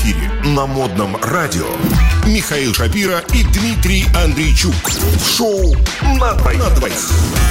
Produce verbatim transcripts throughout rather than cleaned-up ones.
эфире на модном радио Михаил Шапира и Дмитрий Андрейчук. Шоу на двоих.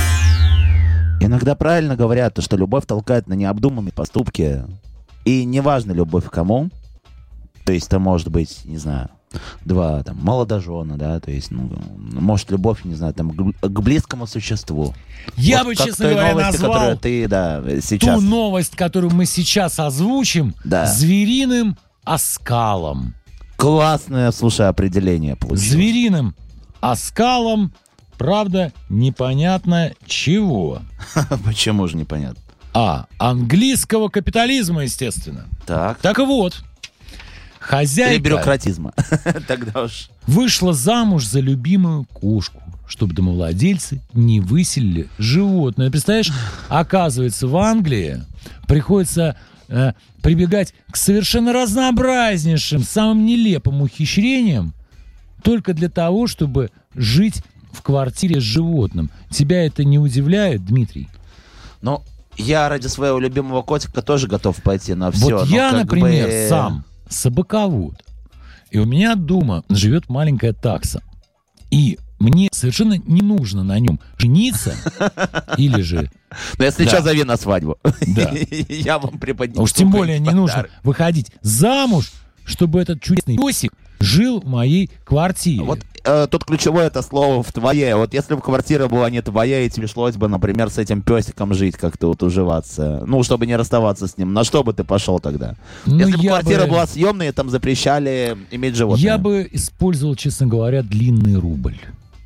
Иногда правильно говорят, то, что любовь толкает на необдуманные поступки. И неважно, любовь к кому. То есть это может быть, не знаю, два там молодожена, да, то есть, ну, может, любовь, не знаю, там, к, к близкому существу. Я вот бы, как честно той говоря, новости, назвал которую ты, да, сейчас... ту новость, которую мы сейчас озвучим, да. звериным оскалом. Классное, слушай, определение получилось. Звериным оскалом, правда, непонятно чего. Почему же непонятно? А, английского капитализма, естественно. Так. Так вот, хозяйка... Или бюрократизма. Тогда уж... Вышла замуж за любимую кошку, чтобы домовладельцы не выселили животное. Представляешь, оказывается, в Англии приходится э, прибегать к совершенно разнообразнейшим, самым нелепым ухищрениям только для того, чтобы жить в квартире с животным. Тебя это не удивляет, Дмитрий? Ну, я ради своего любимого котика тоже готов пойти на все. Вот я, например, бы... сам собаковод. И у меня дома живет маленькая такса. И мне совершенно не нужно на нем жениться или же... Ну, если да. что, зови на свадьбу. Да. Я вам преподнесу. Уж тем более не нужно выходить замуж, чтобы этот чудесный песик жил в моей квартире. Вот э, тут ключевое это слово в твоей. Вот если бы квартира была не твоя, и тебе пришлось бы, например, с этим песиком жить, как-то вот уживаться, ну, чтобы не расставаться с ним, на что бы ты пошел тогда? Ну, если бы квартира бы... была съемная, там запрещали иметь животное. Я бы использовал, честно говоря, длинный рубль.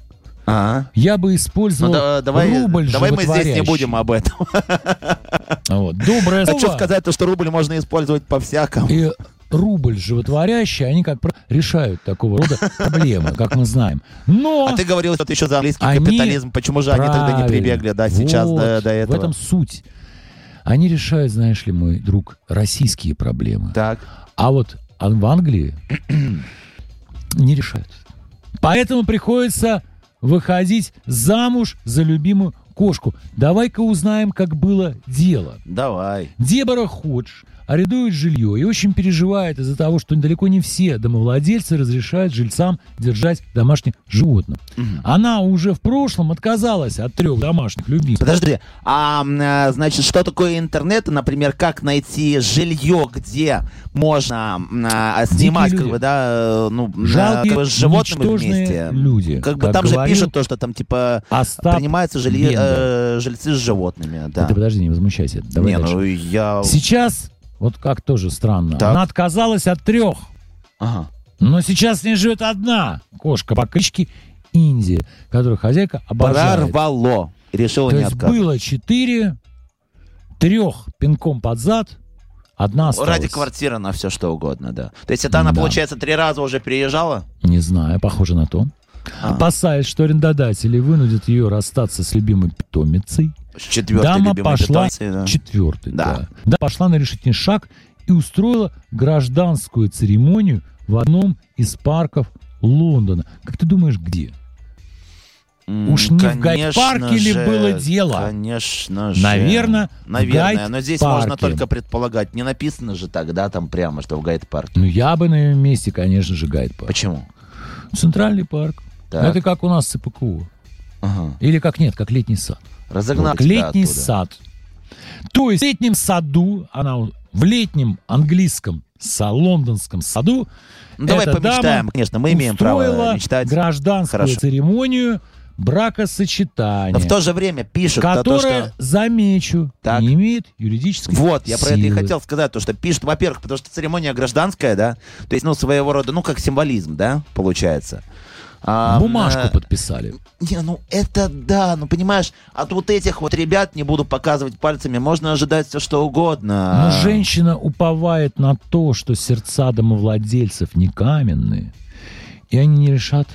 А-а. Я бы использовал ну, да, давай, рубль давай мы здесь не будем об этом. Вот. Доброе слово. Хочу сказать, то, что рубль можно использовать по-всякому. И рубль животворящий, они, как правило, решают такого рода проблемы, как мы знаем. Но а ты говорил, что ты еще за английский они... капитализм. Почему же Правильно. они тогда не прибегли, да, сейчас вот, до, до этого? В этом суть. Они решают, знаешь ли, мой друг, российские проблемы. Так. А вот в Англии не решают. Поэтому приходится выходить замуж за любимую кошку. Давай-ка узнаем, как было дело. Давай. Дебора Ходж арендует жилье и очень переживает из-за того, что далеко не все домовладельцы разрешают жильцам держать домашних животных. Угу. Она уже в прошлом отказалась от трех домашних любимцев. Подожди, а значит, что такое интернет? Например, как найти жилье, где можно а, снимать, как бы, да, ну, жалкие, как бы, с животными вместе? Люди. Как бы там же пишут то, что там типа Остап принимаются жилье, э, жильцы с животными. Да. Ты подожди, не возмущайся. Давай не, дальше. ну я... Сейчас, вот как тоже странно, так. она отказалась от трех. Ага. Но сейчас с ней живет одна кошка по кличке Индия, которую хозяйка обожает. Прорвало. Решила То не есть отказывать. было четыре, трех пинком под зад, одна осталась. Ради квартиры на все что угодно, да. То есть это она, да. получается, три раза уже переезжала? Не знаю, похоже на то. А. Опасаясь, что арендодатели вынудят ее расстаться с любимой питомицей, с четвертой дама любимой пошла, питомицей, да. четвертой, да. Да. Да, пошла на решительный шаг и устроила гражданскую церемонию в одном из парков Лондона. Как ты думаешь, где? Mm, Уж не в Гайд-парке ли было дело? Конечно же. Наверное, Наверное, но здесь Гайд-парке. можно только предполагать. Не написано же тогда там прямо, что в Гайд-парке. Ну, я бы на ее месте, конечно же, Гайд-парк. Почему? Центральный парк. Так. Это как у нас ЦПКУ. Ага. Или как нет, как летний сад. Разогнать вот, летний оттуда. сад. То есть в летнем саду, она в летнем английском лондонском саду, ну, давай эта помечтаем, дама конечно, мы имеем право мечтать. Гражданскую Хорошо. церемонию бракосочетания. Но в то же время пишут, которая, то, что... замечу, так. не имеет юридической Вот, я силы. про это и хотел сказать, то, что пишут, во-первых, потому что церемония гражданская, да, то есть, ну, своего рода, ну, как символизм, да, получается. А, Бумажку а, подписали. Не, ну это да, ну понимаешь, от вот этих вот ребят, не буду показывать пальцами, можно ожидать все что угодно. Но женщина уповает на то, что сердца домовладельцев не каменные, и они не решатся,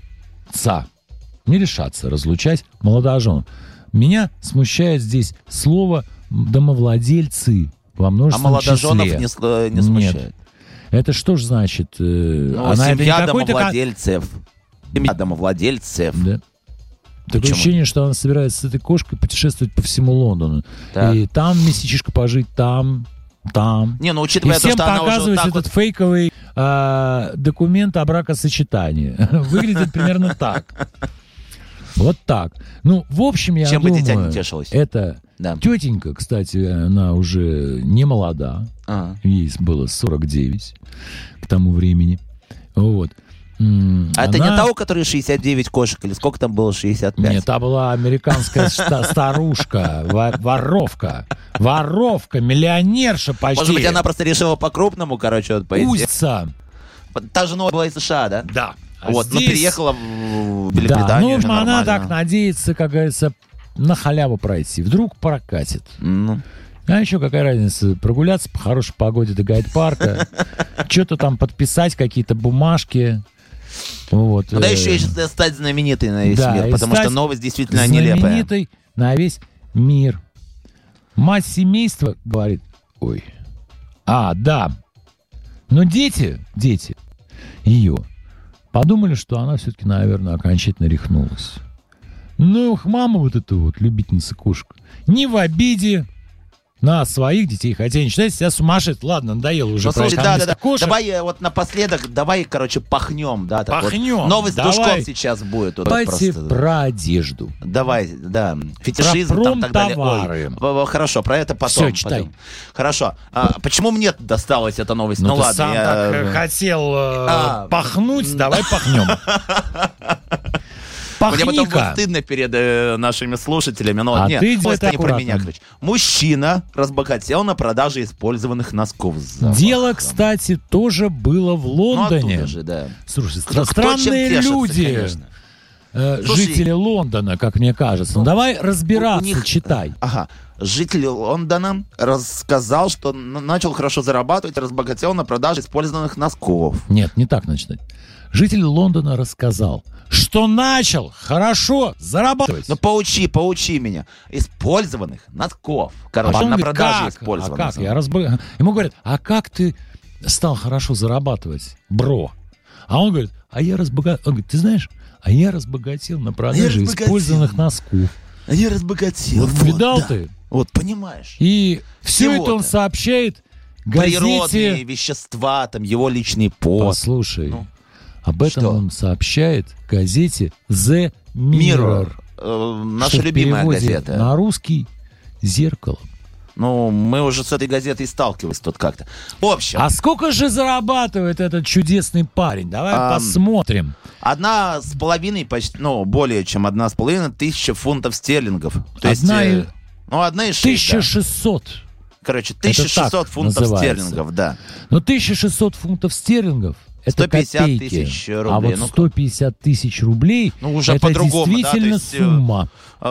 не решатся разлучать молодоженов. Меня смущает здесь слово «домовладельцы» во а множественном молодоженов числе. не, сл- не смущает? Нет. Это что ж значит? Ну, Она семья это не домовладельцев. Семья домовладельцев. Да. Такое Почему? ощущение, что она собирается с этой кошкой путешествовать по всему Лондону. Так. И там месячишко пожить, там Там. Не, ну И учитывая то, всем что она уже вот показывать так этот вот... фейковый э, документ о бракосочетании. Выглядит примерно так. Вот так. Ну, в общем, я Чем бы думаю, дитя не тешилось. это Да. тетенька, кстати, она уже не молода. Ага. Ей было сорок девять к тому времени. Вот. М, А это она- не та, у которой шестьдесят девять кошек, или сколько там было, шестьдесят пять? Нет, та была американская ста- старушка, во- воровка. Воровка, миллионерша почти. Может быть, она просто решила по-крупному, короче, вот пойти. Узница. Та же новая была из США, да? Да. А Вот, ну здесь- переехала в Да, Великобританию. ну, в общем, это она нормально. так надеется, как говорится, на халяву пройти. Вдруг прокатит. Ну, А еще какая разница, прогуляться по хорошей погоде до гайд-парка, что-то там подписать, какие-то бумажки. Вот. ну да, э, еще и стать знаменитой на весь да, мир, и потому стать что новость действительно нелепая. знаменитой на весь мир. Мать семейства говорит, ой, а, да, но дети, дети ее подумали, что она все-таки, наверное, окончательно рехнулась. Ну, их мама вот эта вот, любительница кошек, не в обиде на своих детей, хотя не считает себя сумасшедшей. Ладно, надоело уже Ну, про слушай, этих да, да, английских да. кошек. Давай э, вот напоследок, давай, короче, пахнем, да, так вот. Пахнем, Новость давай. Душков сейчас будет. вот Давайте просто. про одежду. Давай, да. Фетишизм Про там так далее. промтовары. Ой, в- в- хорошо, про это потом. Всё, читай. потом. Хорошо. А, почему мне досталась эта новость? Ну, Ну, ты ладно. сам я- так э, хотел э, А. пахнуть, давай пахнем. Мне потом будет Пахни-ка. стыдно перед э, нашими слушателями. Но А нет, ты делай просто это не про аккуратно. меня, короче. Мужчина разбогател на продаже использованных носков с запахом. Дело, кстати, тоже было в Ну, Лондоне. оттуда же, да. Слушай, Кто- стра- кто чем странные тешится, люди, конечно. э, Слушай, жители Лондона, как мне кажется. Ну, давай разбираться, у них- читай. Ага. Житель Лондона рассказал, что н- начал хорошо зарабатывать, разбогател на продаже использованных носков. Нет, не так начинать. Житель Лондона рассказал, что начал хорошо зарабатывать. Ну, поучи, поучи меня. Использованных носков. Короче, А он на говорит, продаже как? использованных. А как? Я разбо- Ему говорят, а как ты стал хорошо зарабатывать, бро? А он говорит, а я разбогател. Он говорит, ты знаешь, а я разбогател на продаже разбогател. использованных носков. А я разбогател. Вот видал да. ты? Вот, понимаешь. И все Всего-то. это он сообщает Природные газете. вещества, там, его личный пост. Послушай, Ну. об этом Что? он сообщает газете The Mirror. Mirror. Э, наша что в любимая переводе газета. на русский «Зеркало». Ну, мы уже с этой газетой сталкивались тут как-то. В общем, А сколько же зарабатывает этот чудесный парень? Давай Ам, посмотрим. одна с половиной, почти, ну, более чем одна с половиной тысяча фунтов стерлингов. То есть, Одна э, и- ну, одна из шесть, тысяча да. шестьсот. Короче, тысяча шестьсот так фунтов называется. стерлингов, да. Но тысяча шестьсот фунтов стерлингов — это сто пятьдесят копейки. тысяч А рублей. вот Ну, сто пятьдесят тысяч рублей Ну, уже это по-другому, да, то действительно есть, э, сумма.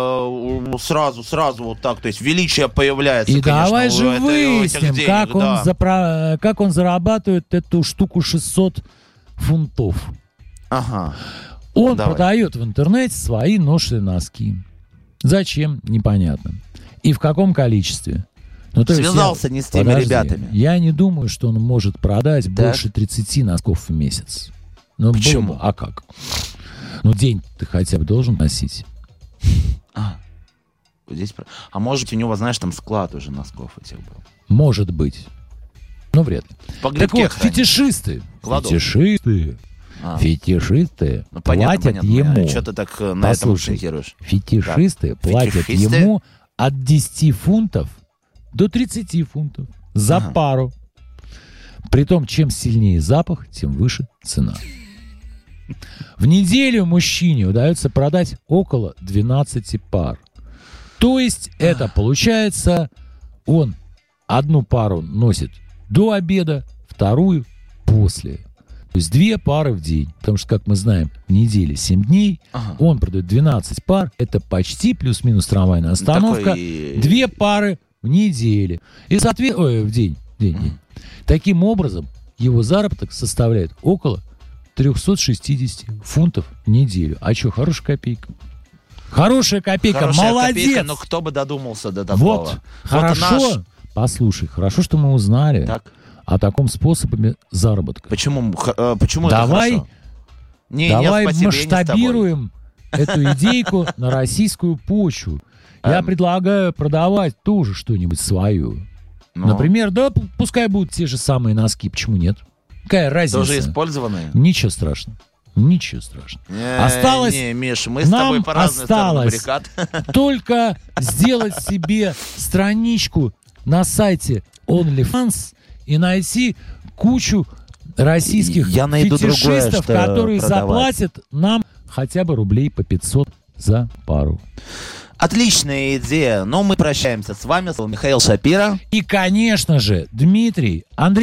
Э, сразу, сразу вот так, то есть величие появляется, И конечно, давай у же этой- у этих выясним, денег, как, он да. запра- как он зарабатывает эту штуку шестьсот фунтов. Ага. Он Давай. продает в интернете свои ношеные носки. Зачем? Непонятно. И в каком количестве? Ну, то есть Связался я- не с теми Подожди, ребятами. Я не думаю, что он может продать Так. больше тридцати носков в месяц. Ну, Почему? было бы- А как? Ну, день ты хотя бы должен носить. А, здесь... про- а может, у него, знаешь, там склад уже носков этих был. Может быть. Но вряд ли. По Так грибке вот, хранит. фетишисты. Кладовка. Фетишисты. А. Фетишисты Ну, понятно, платят понятно. ему. Что ты так э, на этом Послушай, акцентируешь? Фетишисты Так, платят фетишисты? ему от десяти фунтов до тридцати фунтов за Ага. пару. Притом, чем сильнее запах, тем выше цена. В неделю мужчине удается продать около двенадцати пар. То есть это получается, он одну пару носит до обеда, вторую после. То есть две пары в день. Потому что, как мы знаем, в неделе семь дней, Ага. он продает двенадцать пар. Это почти плюс-минус трамвайная остановка. Такой- Две пары в неделю. И соответственно, ой, в день. в день, день. Таким образом, его заработок составляет около триста шестьдесят фунтов в неделю. А что, хорошая копейка? Хорошая копейка, Хорошая молодец! копейка, но кто бы додумался до такого? Вот, хорошо. наш- Послушай, хорошо, что мы узнали Так, о таком способе заработка. почему, х- э, почему Давай, это хорошо? Не, давай нет, спасибо, я не с тобой. масштабируем эту идейку на российскую почву. Я Эм. предлагаю продавать тоже что-нибудь свое. Ну. Например, да, п- пускай будут те же самые носки, почему нет? Какая разница? Тоже использованные? Ничего страшного. Ничего страшного. Не, Осталось- Не, Миш, мы с нам тобой по разные стороны осталось баррикад. только сделать себе страничку на сайте OnlyFans и найти кучу российских Я найду другое, фетишистов, что которые продавать. заплатят нам хотя бы рублей по пятьсот за пару. Отличная идея. Но мы прощаемся с вами. С вами Михаил Шапира. И, конечно же, Дмитрий Андрей